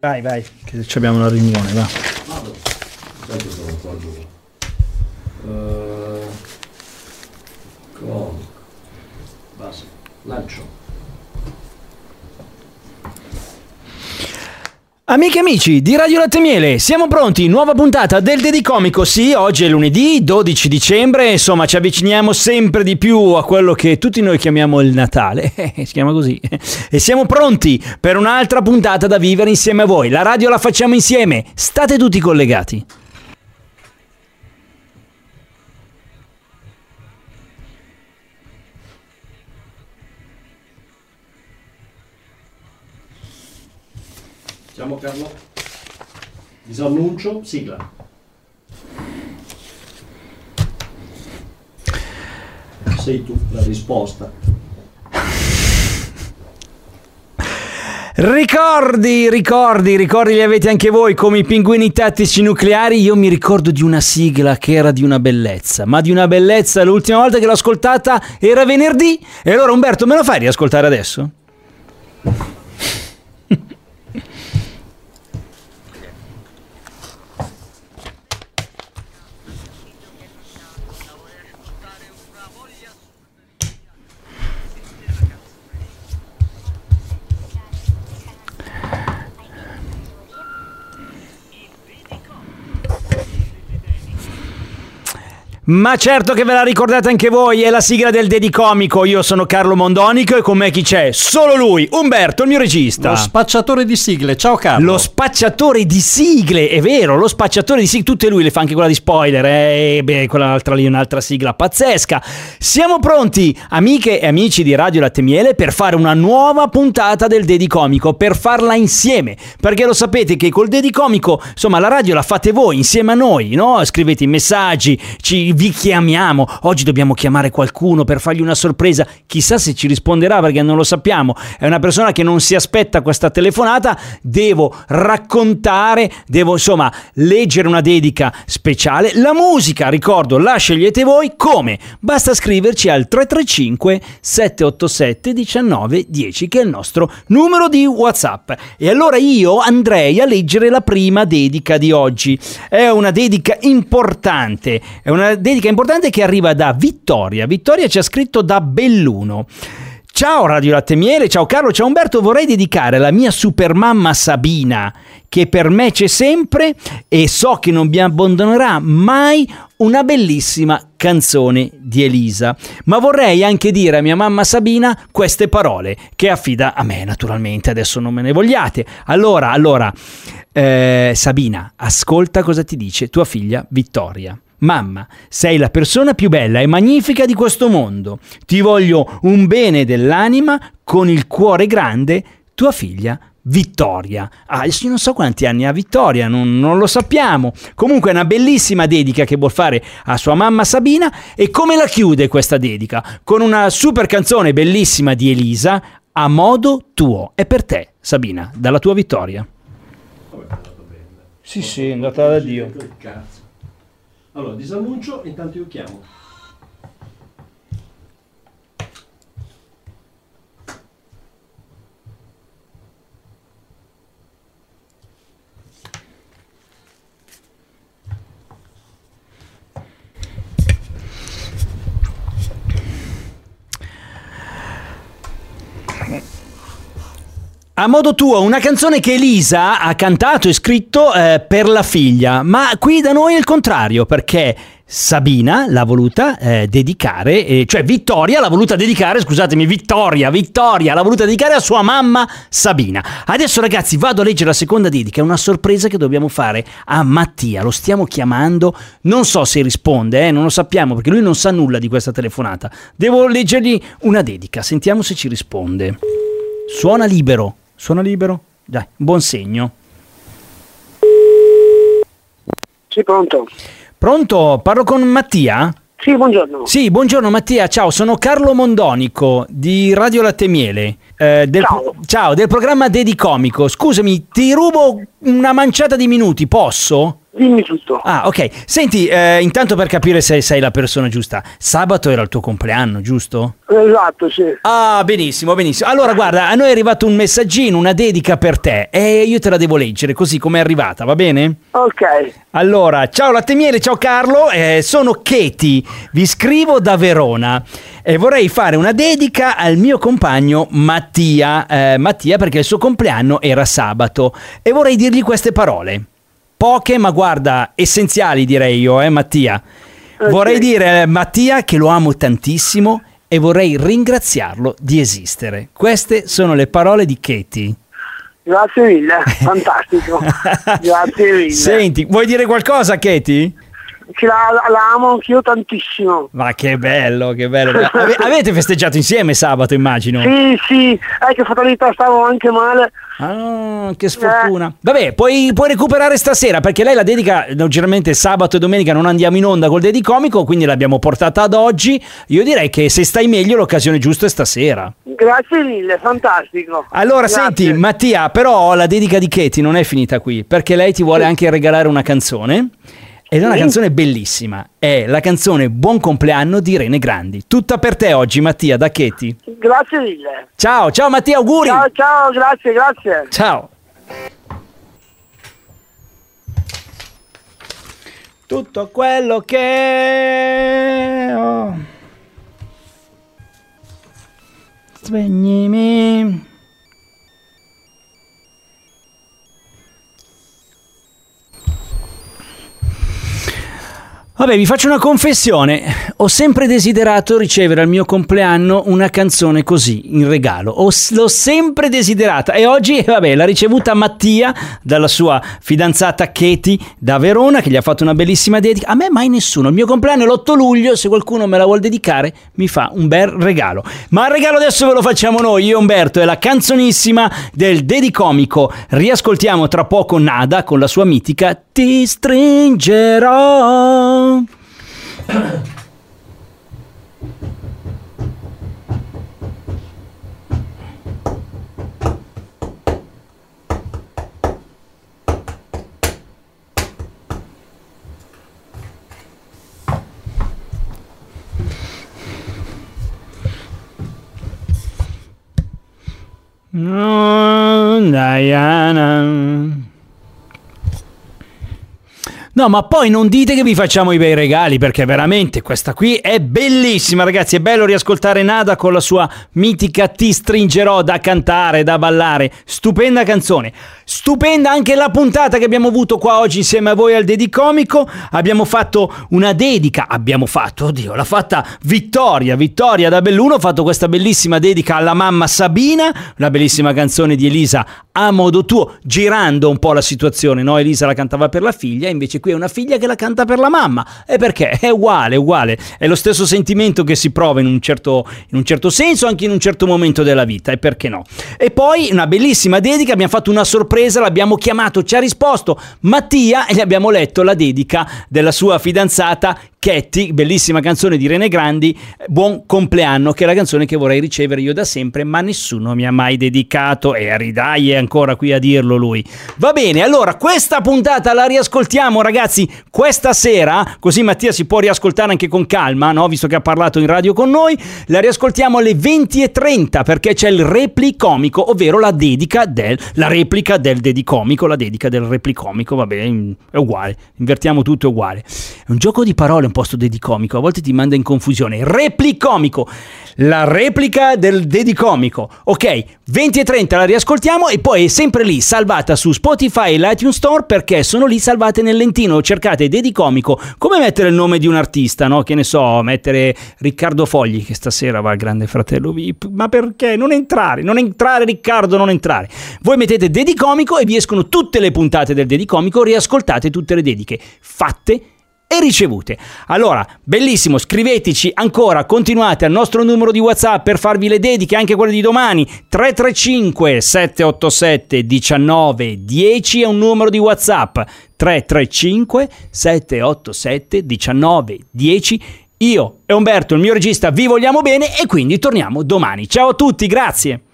Vai, che abbiamo una riunione, va. Basta, lancio. Amiche e amici di Radio Latte Miele, siamo pronti, nuova puntata del Dedicomico. Sì, oggi è lunedì 12 dicembre, insomma ci avviciniamo sempre di più a quello che tutti noi chiamiamo il Natale, si chiama così, e siamo pronti per un'altra puntata da vivere insieme a voi. La radio la facciamo insieme, state tutti collegati. Siamo Carlo? Disannuncio, sigla. Sei tu la risposta. Ricordi li avete anche voi come i pinguini tattici nucleari. Io mi ricordo di una sigla che era di una bellezza, ma di una bellezza. L'ultima volta che l'ho ascoltata era venerdì. E allora Umberto, me lo fai riascoltare adesso? Ma certo che ve la ricordate anche voi, è la sigla del Dedicomico. Io sono Carlo Mondonico e con me chi c'è? Solo lui, Umberto, il mio regista. Lo spacciatore di sigle, ciao Carlo. Lo spacciatore di sigle, è vero, lo spacciatore di sigle, tutte lui le fa, anche quella di spoiler, quell'altra lì è un'altra sigla pazzesca. Siamo pronti, amiche e amici di Radio Latte Miele, per fare una nuova puntata del Dedicomico, per farla insieme, perché lo sapete che col Dedicomico, insomma, la radio la fate voi, insieme a noi, no? Scrivete i messaggi, vi chiamiamo, oggi dobbiamo chiamare qualcuno per fargli una sorpresa, chissà se ci risponderà perché non lo sappiamo, è una persona che non si aspetta questa telefonata, devo raccontare, devo insomma leggere una dedica speciale, la musica, ricordo, la scegliete voi, come? Basta scriverci al 335 787 1910 che è il nostro numero di WhatsApp, e allora io andrei a leggere la prima dedica di oggi. È una dedica importante, che arriva da Vittoria. Vittoria ci ha scritto da Belluno. Ciao Radio Latte Miele, ciao Carlo, ciao Umberto, vorrei dedicare alla mia supermamma Sabina, che per me c'è sempre e so che non mi abbandonerà mai, una bellissima canzone di Elisa. Ma vorrei anche dire a mia mamma Sabina queste parole che affida a me, naturalmente, adesso non me ne vogliate. Allora, Sabina, ascolta cosa ti dice tua figlia Vittoria. Mamma, sei la persona più bella e magnifica di questo mondo. Ti voglio un bene dell'anima, con il cuore grande, tua figlia Vittoria. Adesso io non so quanti anni ha Vittoria, non lo sappiamo. Comunque è una bellissima dedica che vuol fare a sua mamma Sabina. E come la chiude questa dedica? Con una super canzone bellissima di Elisa, A modo tuo. È per te, Sabina, dalla tua Vittoria. Sì, è andata da Dio. Cazzo. Allora, disannuncio, intanto io chiamo. A modo tuo, una canzone che Elisa ha cantato e scritto per la figlia, ma qui da noi è il contrario, perché Sabina l'ha voluta dedicare, cioè Vittoria l'ha voluta dedicare, scusatemi, Vittoria l'ha voluta dedicare a sua mamma Sabina. Adesso ragazzi vado a leggere la seconda dedica, è una sorpresa che dobbiamo fare a Mattia, lo stiamo chiamando, non so se risponde, non lo sappiamo perché lui non sa nulla di questa telefonata, devo leggergli una dedica, sentiamo se ci risponde. Suona libero, dai, buon segno. Sì, pronto? Pronto? Parlo con Mattia? Sì, buongiorno. Sì, buongiorno Mattia, ciao, sono Carlo Mondonico di Radio Latte Miele. Ciao, del programma Dedicomico. Scusami, ti rubo una manciata di minuti, posso? Dimmi tutto. Ah, ok. Senti, intanto per capire se sei la persona giusta, sabato era il tuo compleanno, giusto? Esatto, sì. Ah, benissimo, benissimo. Allora, guarda, a noi è arrivato un messaggino, una dedica per te, e io te la devo leggere così come è arrivata, va bene? Ok. Allora, ciao Latte Miele, ciao Carlo, sono Katie, vi scrivo da Verona e vorrei fare una dedica al mio compagno Mattia, Mattia perché il suo compleanno era sabato, e vorrei dirgli queste parole. Poche, ma guarda, essenziali direi io, Mattia. Ok. Vorrei dire a Mattia che lo amo tantissimo e vorrei ringraziarlo di esistere. Queste sono le parole di Katie. Grazie mille, fantastico. Grazie mille. Senti, vuoi dire qualcosa, Katie? Che la amo anch'io tantissimo. Ma che bello, che bello. Avete festeggiato insieme sabato, immagino? Sì, che fatalità, stavo anche male. Ah, che sfortuna. Vabbè, puoi recuperare stasera, perché lei la dedica, generalmente sabato e domenica non andiamo in onda col Dedicomico, quindi l'abbiamo portata ad oggi. Io direi che se stai meglio l'occasione giusta è stasera. Grazie mille, fantastico. Allora, Grazie. senti, Mattia, però la dedica di Katie non è finita qui, perché lei ti vuole anche regalare una canzone. Ed è una canzone bellissima, è la canzone Buon compleanno di Rene Grandi. Tutta per te oggi, Mattia, da Katie. Grazie mille. Ciao Mattia, auguri! Ciao, grazie. Ciao! Tutto quello che ho. Svegnimi. Vabbè, vi faccio una confessione. Ho sempre desiderato ricevere al mio compleanno una canzone così, in regalo. L'ho sempre desiderata e oggi, vabbè, l'ha ricevuta Mattia dalla sua fidanzata Katie da Verona, che gli ha fatto una bellissima dedica. A me mai nessuno. Il mio compleanno è l'8 luglio, se qualcuno me la vuol dedicare mi fa un bel regalo. Ma il regalo adesso ve lo facciamo noi, io e Umberto, è la canzonissima del Dedicomico. Riascoltiamo tra poco Nada con la sua mitica Ti stringerò. Diana. No, ma poi non dite che vi facciamo i bei regali, perché veramente questa qui è bellissima, ragazzi. È bello riascoltare Nada con la sua mitica Ti stringerò, da cantare, da ballare. Stupenda canzone. Stupenda anche la puntata che abbiamo avuto qua oggi insieme a voi al Dedicomico. Abbiamo fatto una dedica. L'ha fatta Vittoria da Belluno. Ha fatto questa bellissima dedica alla mamma Sabina, una bellissima canzone di Elisa A modo tuo, girando un po' la situazione, no? Elisa la cantava per la figlia, invece qui è una figlia che la canta per la mamma. E perché? È uguale. È lo stesso sentimento che si prova in un certo senso, anche in un certo momento della vita, e perché no? E poi una bellissima dedica, abbiamo fatto una sorpresa, l'abbiamo chiamato, ci ha risposto Mattia e gli abbiamo letto la dedica della sua fidanzata Katie, bellissima canzone di Rene Grandi, Buon compleanno, che è la canzone che vorrei ricevere io da sempre, ma nessuno mi ha mai dedicato, e Aridai è ancora qui a dirlo lui. Va bene, allora questa puntata la riascoltiamo, ragazzi, questa sera, così Mattia si può riascoltare anche con calma, no? Visto che ha parlato in radio con noi, la riascoltiamo alle 20:30 perché c'è il Replicomico, ovvero la replica del Dedicomico, la dedica del Replicomico. Va bene, è uguale, invertiamo tutto, è uguale. È un gioco di parole un po' sto Dedicomico, a volte ti manda in confusione. Replicomico, la replica del Dedicomico. Ok, 20:30 la riascoltiamo e poi è sempre lì salvata su Spotify e l'iTunes Store, perché sono lì salvate nel lentino. Cercate Dedicomico, come mettere il nome di un artista, no? Che ne so, mettere Riccardo Fogli, che stasera va al Grande Fratello VIP. Ma perché? Non entrare Riccardo, non entrare. Voi mettete Dedicomico e vi escono tutte le puntate del Dedicomico, riascoltate tutte le dediche fatte e ricevute. Allora, bellissimo, scriveteci ancora, continuate al nostro numero di WhatsApp per farvi le dediche, anche quelle di domani. 335 787 1910 è un numero di WhatsApp. 335 787 1910. Io e Umberto, il mio regista, vi vogliamo bene e quindi torniamo domani. Ciao a tutti, grazie.